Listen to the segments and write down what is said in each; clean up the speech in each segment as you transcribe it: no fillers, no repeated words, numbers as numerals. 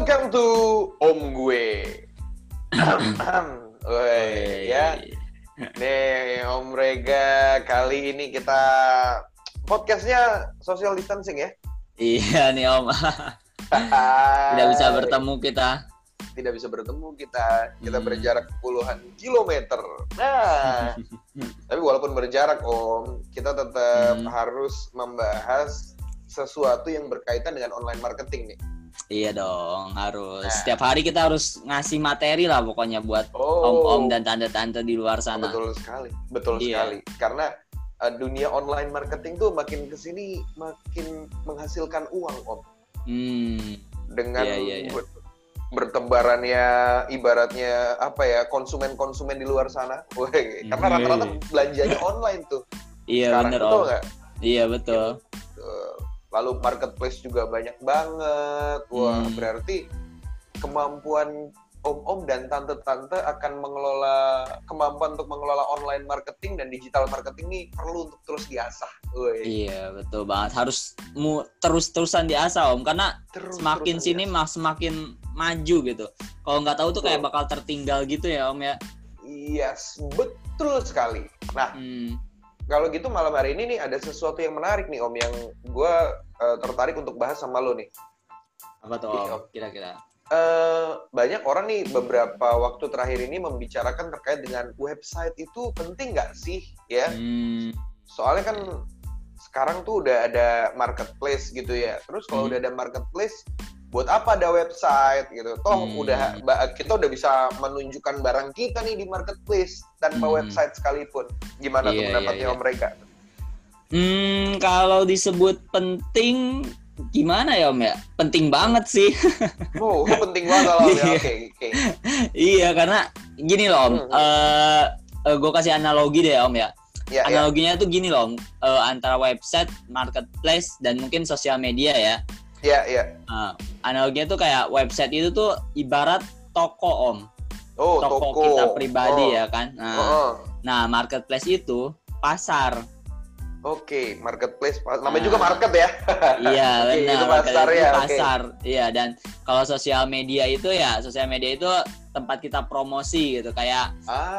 Welcome to Om gue. Woi, ya. Nih, Om Rega, kali ini kita podcastnya social distancing ya? Iya nih Om. Tidak bisa bertemu kita. Tidak bisa bertemu kita berjarak puluhan kilometer. Nah, tapi walaupun berjarak Om, kita tetap harus membahas sesuatu yang berkaitan dengan online marketing nih. Iya dong, harus. Setiap hari kita harus ngasih materi lah pokoknya buat om-om dan tante-tante di luar sana. Betul sekali. Karena dunia online marketing tuh makin kesini makin menghasilkan uang Om. Dengan bertebarannya ibaratnya konsumen-konsumen di luar sana. Karena rata-rata belanjanya online tuh. Iya benar Om. Gak? Iya betul. Lalu marketplace juga banyak banget. Wah, berarti kemampuan om-om dan tante-tante akan kemampuan untuk mengelola online marketing dan digital marketing ini perlu untuk terus diasah. Iya, betul banget. Harus terus-terusan diasah, Om, karena semakin sini semakin maju gitu. Kalau nggak tahu tuh kayak bakal tertinggal gitu ya, Om ya. Yes, betul sekali. Nah, kalau gitu malam hari ini nih ada sesuatu yang menarik nih Om yang gue tertarik untuk bahas sama lo nih. Apa tuh Om? Kira-kira? Banyak orang nih beberapa waktu terakhir ini membicarakan terkait dengan website itu penting nggak sih ya? Soalnya kan sekarang tuh udah ada marketplace gitu ya. Terus kalau udah ada marketplace, buat apa ada website gitu? Toh kita udah bisa menunjukkan barang kita nih di marketplace tanpa website sekalipun. Gimana tuh pendapatnya Om Rega? Kalau disebut penting, gimana ya Om ya? Penting banget sih. Penting banget Om ya. Oke. Iya, karena gini loh Om. Gue kasih analogi deh Om ya. Analoginya tuh gini loh Om. Antara website, marketplace, dan mungkin sosial media ya. Iya. Analoginya tuh kayak website itu tuh ibarat toko Om. Toko kita pribadi ya kan. Nah, marketplace itu pasar. Oke, marketplace. Namanya juga market ya. Iya, benar. Itu pasar ya. Pasar. Iya, dan kalau sosial media itu tempat kita promosi gitu, kayak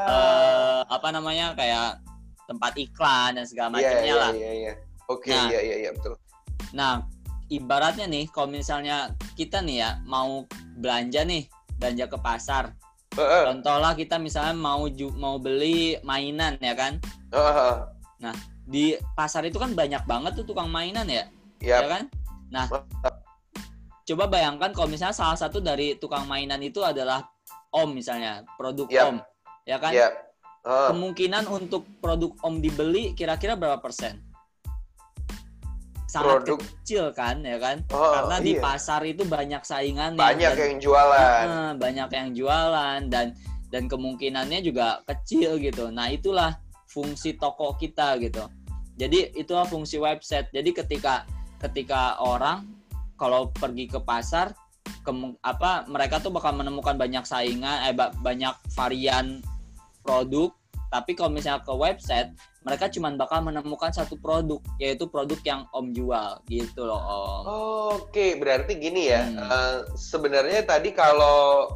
kayak tempat iklan dan segala macamnya lah. Iya. Oke, iya betul. Nah, ibaratnya nih, kalau misalnya kita nih ya mau belanja ke pasar. Contohlah kita misalnya mau beli mainan ya kan. Nah, di pasar itu kan banyak banget tuh tukang mainan ya. Ya kan? Nah, coba bayangkan kalau misalnya salah satu dari tukang mainan itu adalah Om misalnya, produk Om. Ya kan? Kemungkinan untuk produk Om dibeli kira-kira berapa persen? Sangat kecil kan, ya kan? Karena di pasar itu banyak saingan, banyak yang jualan. Banyak yang jualan dan kemungkinannya juga kecil gitu. Nah, itulah fungsi toko kita gitu. Jadi itulah fungsi website. Jadi ketika orang kalau pergi ke pasar, mereka tuh bakal menemukan banyak saingan, banyak varian produk. Tapi kalau misalnya ke website, mereka cuma bakal menemukan satu produk, yaitu produk yang Om jual, gitu loh Om. Oke, berarti gini ya. Sebenarnya tadi kalau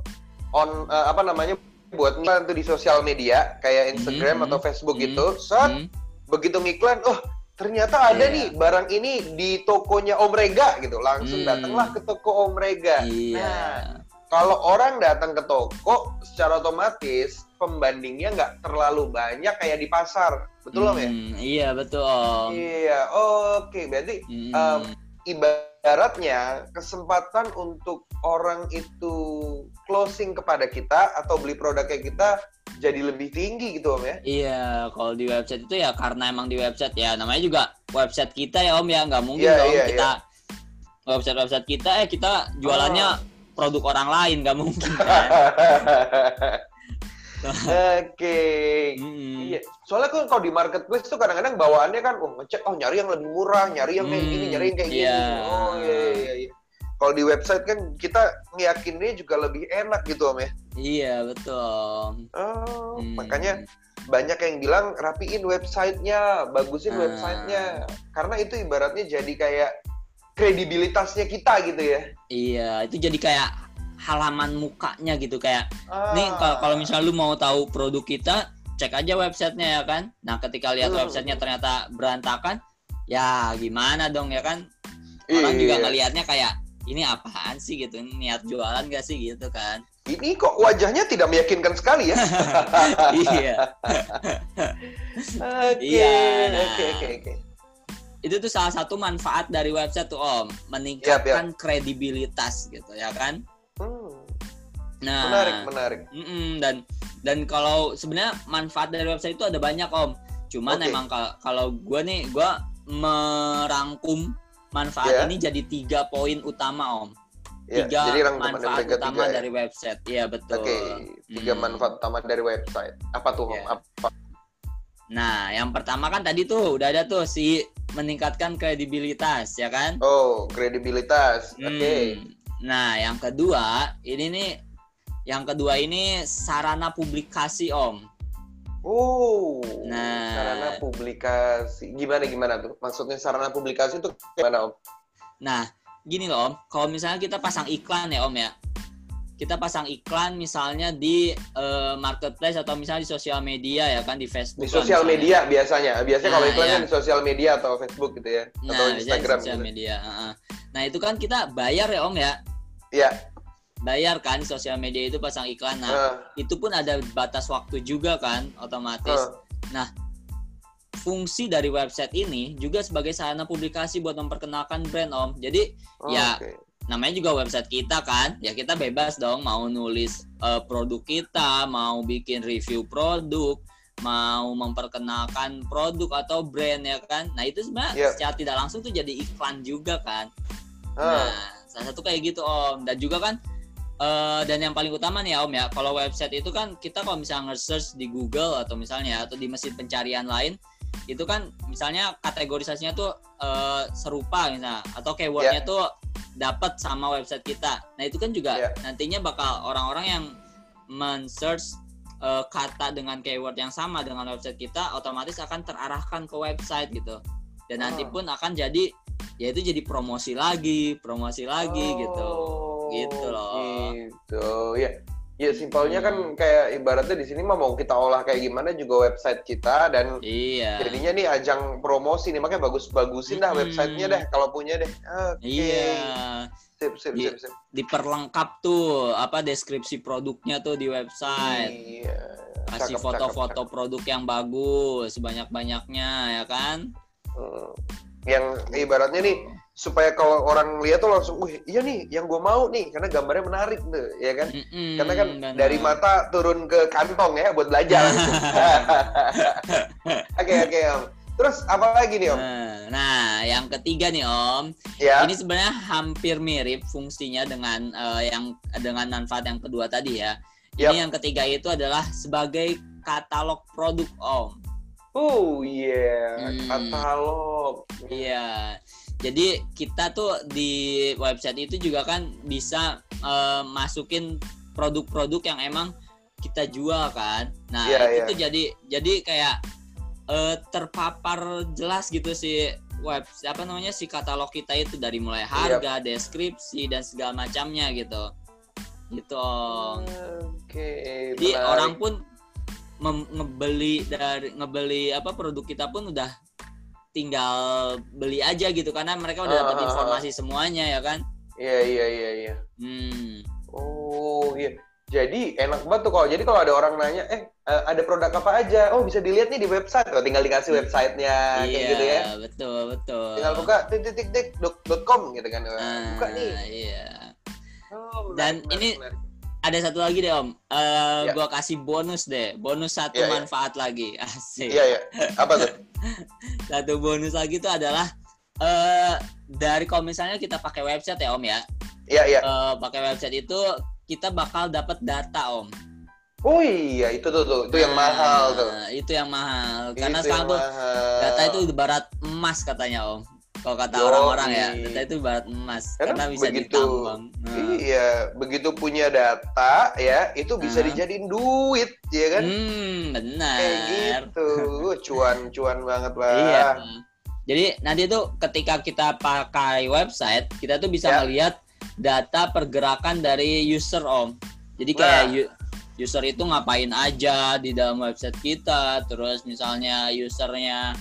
buat iklan tuh di sosial media kayak Instagram atau Facebook gitu, begitu ngiklan, ternyata ada nih barang ini di tokonya Om Rega gitu, langsung datanglah ke toko Om Rega. Nah, kalau orang datang ke toko, secara otomatis pembandingnya nggak terlalu banyak kayak di pasar, betul Om ya? Iya betul Om. Iya, oke, berarti ibaratnya kesempatan untuk orang itu closing kepada kita atau beli produknya kita jadi lebih tinggi gitu Om ya? Iya, kalau di website itu ya karena emang di website ya, namanya juga website kita ya Om ya, nggak mungkin website kita kita jualannya produk orang lain, nggak mungkin kan? Oke. Iya. Soalnya kan kalau di marketplace tuh kadang-kadang bawaannya kan ngecek nyari yang lebih murah, nyari yang kayak gini, nyari yang kayak gini. Iya. Kalau di website kan kita ngeyakinnya juga lebih enak gitu Om ya. Iya, betul. Makanya banyak yang bilang rapiin websitenya, bagusin websitenya. Karena itu ibaratnya jadi kayak kredibilitasnya kita gitu ya. Iya, itu jadi kayak halaman mukanya gitu, kayak nih kalau misalnya lu mau tahu produk kita, cek aja websitenya ya kan. Nah ketika lihat websitenya ternyata berantakan, ya gimana dong ya kan. Orang juga ngelihatnya kayak ini apaan sih gitu, niat jualan gak sih gitu kan. Ini kok wajahnya tidak meyakinkan sekali ya. Iya. Oke. Itu tuh salah satu manfaat dari website tuh Om, meningkatkan kredibilitas gitu ya kan. Nah, menarik. Dan kalau sebenarnya manfaat dari website itu ada banyak Om. Cuman emang kalau gue merangkum manfaat ini jadi 3 poin utama Om. 3 manfaat utama dari website. Iya betul. Oke, 3 manfaat utama dari website. Apa tuh Om? Apa? Nah, yang pertama kan tadi tuh udah ada tuh si meningkatkan kredibilitas ya kan? Oh, kredibilitas. Oke. Nah, yang kedua ini sarana publikasi Om. Oh. Nah, sarana publikasi. Gimana tuh? Maksudnya sarana publikasi itu gimana Om? Nah, gini loh Om, kalau misalnya kita pasang iklan ya Om ya. Kita pasang iklan misalnya di marketplace atau misalnya di sosial media ya kan, di Facebook. Di sosial media biasanya kalau iklannya di sosial media atau Facebook gitu ya, atau Instagram di sosial media. Nah, itu kan kita bayar ya Om ya. Iya. Bayar kan di sosial media itu pasang iklan. Nah, itu pun ada batas waktu juga kan otomatis. Nah, fungsi dari website ini juga sebagai sarana publikasi buat memperkenalkan brand Om. Jadi namanya juga website kita kan, ya kita bebas dong mau nulis produk kita, mau bikin review produk, mau memperkenalkan produk atau brand ya kan. Nah itu sebenarnya secara tidak langsung tuh jadi iklan juga kan. Nah salah satu kayak gitu Om. Dan juga kan dan yang paling utama nih ya Om ya, kalau website itu kan kita kalau misalnya nge-search di Google atau misalnya atau di mesin pencarian lain, itu kan misalnya kategorisasinya tuh serupa misalnya, atau keywordnya tuh dapat sama website kita. Nah itu kan juga nantinya bakal orang-orang yang men-search kata dengan keyword yang sama dengan website kita otomatis akan terarahkan ke website gitu. Dan nanti pun akan jadi ya itu jadi promosi lagi gitu. Gitu loh. Gitu. Ya simpelnya kan kayak ibaratnya di sini mah mau kita olah kayak gimana juga website kita, dan jadinya nih ajang promosi nih, makanya bagus-bagusin dah websitenya deh kalau punya deh. Iya. Sip. Diperlengkap tuh deskripsi produknya tuh di website. Iya. Kasih foto-foto produk yang bagus sebanyak-banyaknya ya kan. Yang ibaratnya nih supaya kalau orang lihat tuh langsung, iya nih yang gue mau nih karena gambarnya menarik tuh, ya kan? Karena kan dari mata turun ke kantong ya buat belajar. Oke Om. Terus apa lagi nih Om? Nah, yang ketiga nih Om, ini sebenarnya hampir mirip fungsinya dengan dengan manfaat yang kedua tadi ya. Ini yang ketiga itu adalah sebagai katalog produk Om. Oh katalog. Iya. Jadi kita tuh di website itu juga kan bisa masukin produk-produk yang emang kita jual kan. Nah itu jadi kayak terpapar jelas gitu si si katalog kita itu, dari mulai harga, deskripsi dan segala macamnya gitu. Gitu Om. Jadi menarik. Orang pun ngebeli produk kita pun udah tinggal beli aja gitu karena mereka udah dapat informasi semuanya ya kan. Iya. Oh iya. Jadi enak banget tuh kalau ada orang nanya ada produk apa aja, bisa dilihat nih di website, tinggal dikasih websitenya kayak gitu ya. Betul. Tinggal buka .com gitu kan. Buka nih. Iya. Dan ini ada satu lagi deh Om, gua kasih bonus satu manfaat lagi. Asik. Iya. Apa tuh? Satu bonus lagi tuh adalah dari kalau misalnya kita pakai website ya Om ya. Iya. Pakai website itu kita bakal dapat data Om. Oh iya, itu yang mahal tuh. Itu yang mahal. Karena sekarang tuh data itu ibarat emas katanya Om. Kalau kata orang-orang ya, data itu ibarat emas karena bisa ditambang. Iya, begitu punya data ya, itu bisa dijadiin duit, ya kan? Benar. Kayak gitu, cuan banget lah. Iya. Jadi nanti tuh ketika kita pakai website, kita tuh bisa melihat data pergerakan dari user Om. Jadi kayak user itu ngapain aja di dalam website kita, terus misalnya usernya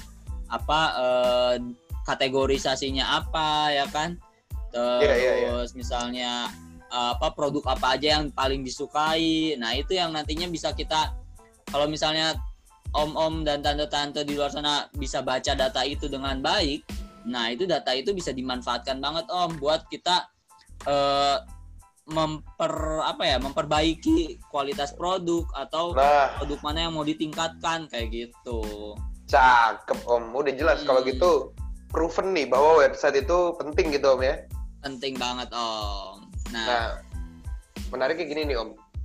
kategorisasinya apa ya kan, terus misalnya produk apa aja yang paling disukai. Nah itu yang nantinya bisa kita, kalau misalnya om-om dan tante-tante di luar sana bisa baca data itu dengan baik, nah itu data itu bisa dimanfaatkan banget Om buat kita memperbaiki kualitas produk atau produk mana yang mau ditingkatkan kayak gitu. Cakep Om, udah jelas kalau gitu proven nih bahwa website itu penting gitu Om ya. Penting banget Om. Nah menariknya gini nih Om,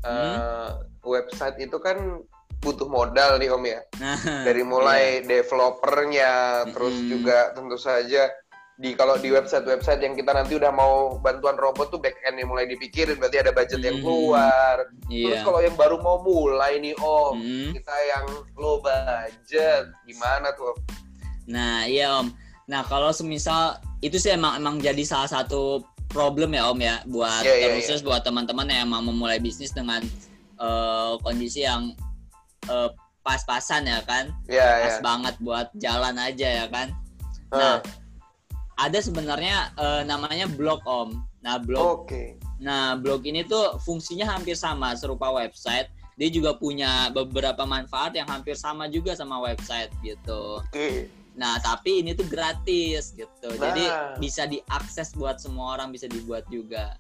website itu kan butuh modal nih Om ya. Dari mulai developernya, terus juga tentu saja kalau di website yang kita nanti udah mau bantuan robot tuh back end yang mulai dipikirin, berarti ada budget yang keluar. Terus kalau yang baru mau mulai nih Om, kita yang low budget, gimana tuh Om? Nah iya Om. Nah kalau semisal itu sih emang jadi salah satu problem ya Om ya, buat khusus buat teman-teman yang mau memulai bisnis dengan kondisi yang pas-pasan ya kan, pas banget buat jalan aja ya kan. Nah ada sebenarnya namanya blog Om. Nah blog, blog ini tuh fungsinya hampir sama serupa website. Dia juga punya beberapa manfaat yang hampir sama juga sama website gitu. Nah tapi ini tuh gratis gitu. Jadi bisa diakses buat semua orang, bisa dibuat juga.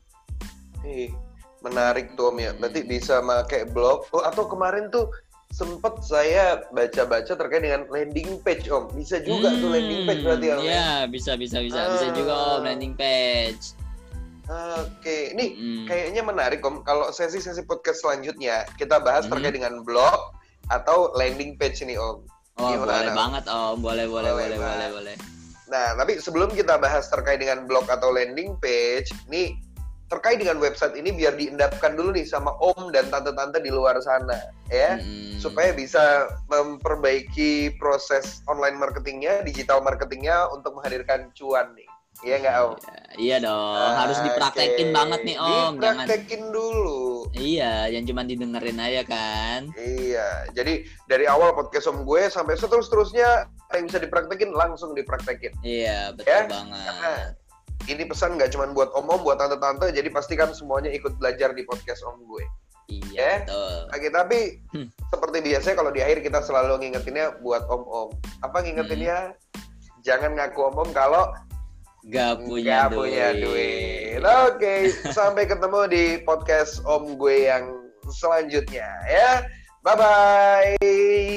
Menarik tuh Om ya. Berarti bisa pakai blog. Atau kemarin tuh sempet saya baca-baca terkait dengan landing page Om. Bisa juga tuh landing page berarti Om. Iya, bisa juga Om, landing page. Oke, ini kayaknya menarik Om. Kalau sesi-sesi podcast selanjutnya kita bahas terkait dengan blog atau landing page ini Om. Boleh banget Om, boleh. Nah, tapi sebelum kita bahas terkait dengan blog atau landing page, nih terkait dengan website ini biar diendapkan dulu nih sama Om dan tante-tante di luar sana ya, supaya bisa memperbaiki proses online marketingnya, digital marketingnya untuk menghadirkan cuan nih. Iya nggak Om? Iya dong, harus dipraktekin banget nih Om. Dipraktekin dulu. Iya, yang cuma didengerin aja kan. Iya, jadi dari awal podcast Om gue sampai seterusnya yang bisa dipraktekin langsung dipraktekin. Iya, betul banget. Karena ini pesan nggak cuma buat om-om, buat tante-tante, jadi pastikan semuanya ikut belajar di podcast Om gue. Iya, betul. Oke, tapi seperti biasanya kalau di akhir kita selalu ngingetinnya buat om-om. Apa ngingetinnya? Jangan ngaku om-om kalau nggak punya duit. Oke, sampai ketemu di podcast Om gue yang selanjutnya ya. Bye-bye.